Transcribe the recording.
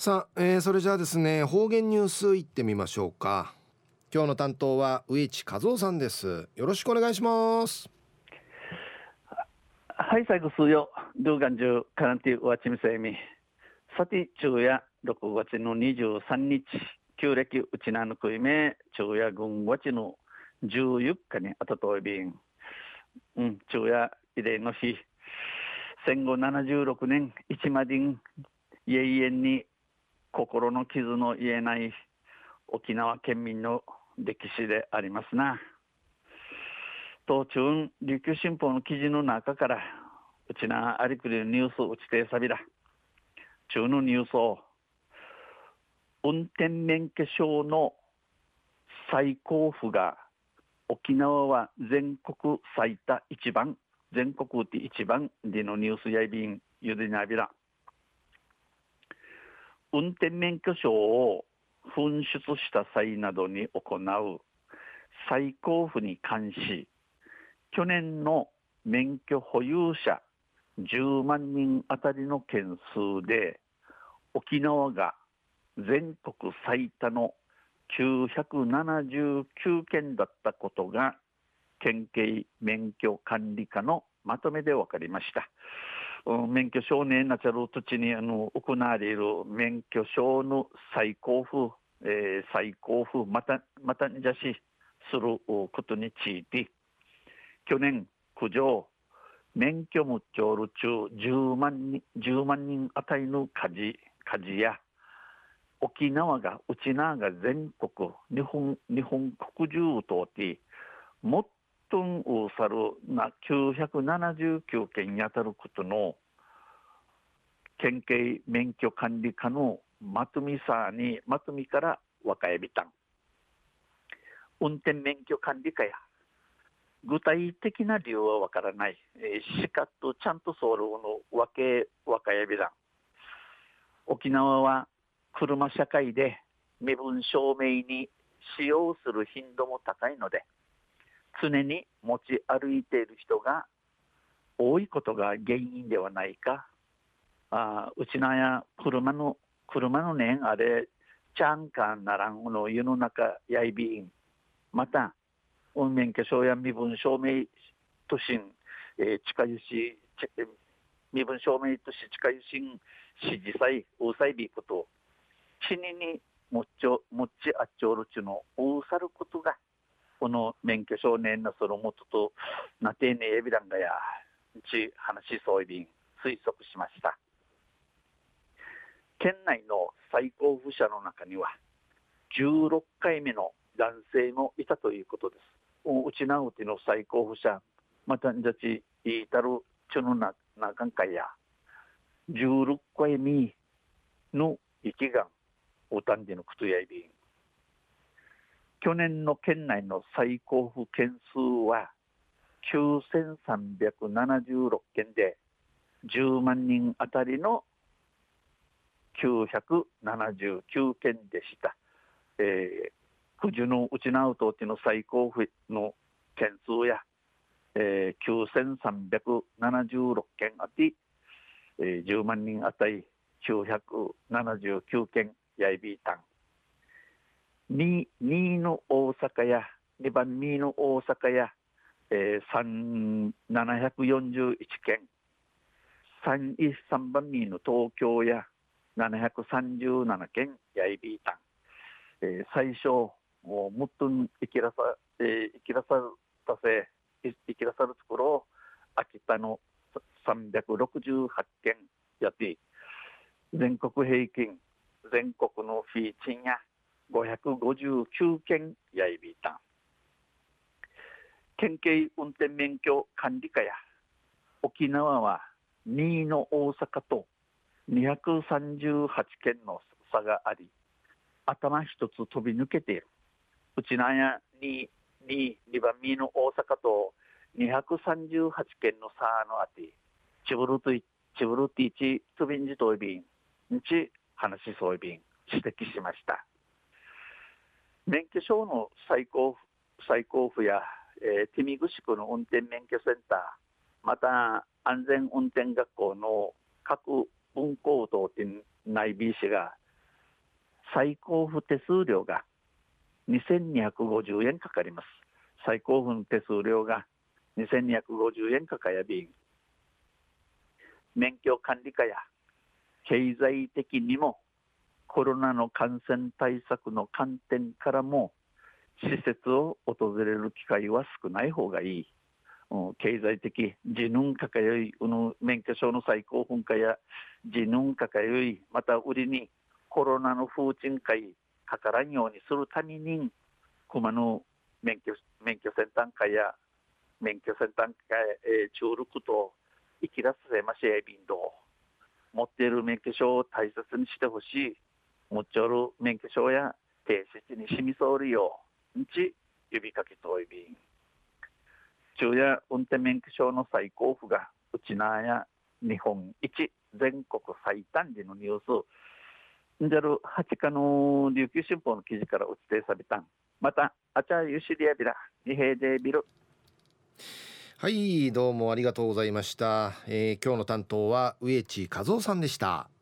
さあ、それじゃあですね、方言ニュースいってみましょうか。今日の担当は植地和夫さんです。よろしくお願いします。 はい、最後数曜、ルーガンジュカランティワチミセイミ。さて、昼夜6月の23日、旧暦うちなぬくいめ、昼夜軍月の14日にあたといびん。昼夜慰霊の日、戦後76年、一マディン、永遠に心の傷の癒えない沖縄県民の歴史でありますな。当中、琉球新報の記事の中から、うちなありくりのニュースうちてさびら。中のニュースを、運転免許証の再交付が、沖縄は全国最多一番、全国って一番でのニュースやいびん、ゆでなびら。運転免許証を紛失した際などに行う再交付に関し、去年の免許保有者10万人あたりの件数で、沖縄が全国最多の979件だったことが、県警免許管理課のまとめで分かりました。免許証ねなちゃる土地に行われる免許証の再交付、またんじゃしすることについて、去年苦情免許無調る中10万人あたりの火事や、沖縄が全国日本国中を通ってもっとんうさるな979件にあたることの県警免許管理課のまとみから若えびたん。運転免許管理課や具体的な理由はわからない。しかとちゃんとソウルの若えびらん。沖縄は車社会で身分証明に使用する頻度も高いので、常に持ち歩いている人が多いことが原因ではないか。うちなや車のねあれちゃんかならんの世の中やいびん。また運免許証や身分証明都心、近ゆし身分証明都市近ゆしん指示際うさいびこと地にもっちあっちょるちのうさることが、この免許証年のそのもととなてねえびらんがやち話そういびん推測しました。県内の最高付者の中には16回目の男性もいたということです。うちなうての最高付者またんじゃちいたるちょのなかんかや16回目の生きがんおたんでのくとやいびん。去年の県内の最高付件数は9376件で、10万人あたりの979件でした。九十のうちなうとうちの最高付の件数や、9376件あって、10万人あたり979件やいびいたん。2位の大阪や2番2位の大阪や、741件、3番2位の東京や737件やいびいたん。最初もっと生きらさるところ秋田の368件やって全国平均全国のフィーチンや559件やいびいたん。県警運転免許管理課や沖縄は2位の大阪と238件の差があり、頭一つ飛び抜けている。うちなんや2番目の大阪と238件の差のあってチブルティチ飛びんじといびんち話しそういびん指摘しました。免許証の再交付や、ティミグシクの運転免許センター、また安全運転学校の各運行等内 B 氏が再交付手数料が2250円かかります。再交付の手数料が2250円かかやびん。免許管理課や経済的にもコロナの感染対策の観点からも施設を訪れる機会は少ない方がいい。経済的自nunかかよい免許証の再交付化や自nunかかよい、また売りにコロナの風鎮会かからんようにするために熊の免許センター会や免許センター会中力と生き出させましえ便道持っている免許証を大切にしてほしい。持っちょる免許証や提出にしみそうるようち指かけといびん。昼夜運転免許証の再交付がうちなや日本一全国最短時のニュースんじゃる8日の琉球新報の記事から打ち定さびたん。またあちゃゆしりやびら二平でビル。 はい、どうもありがとうございました。今日の担当は植地和夫さんでした。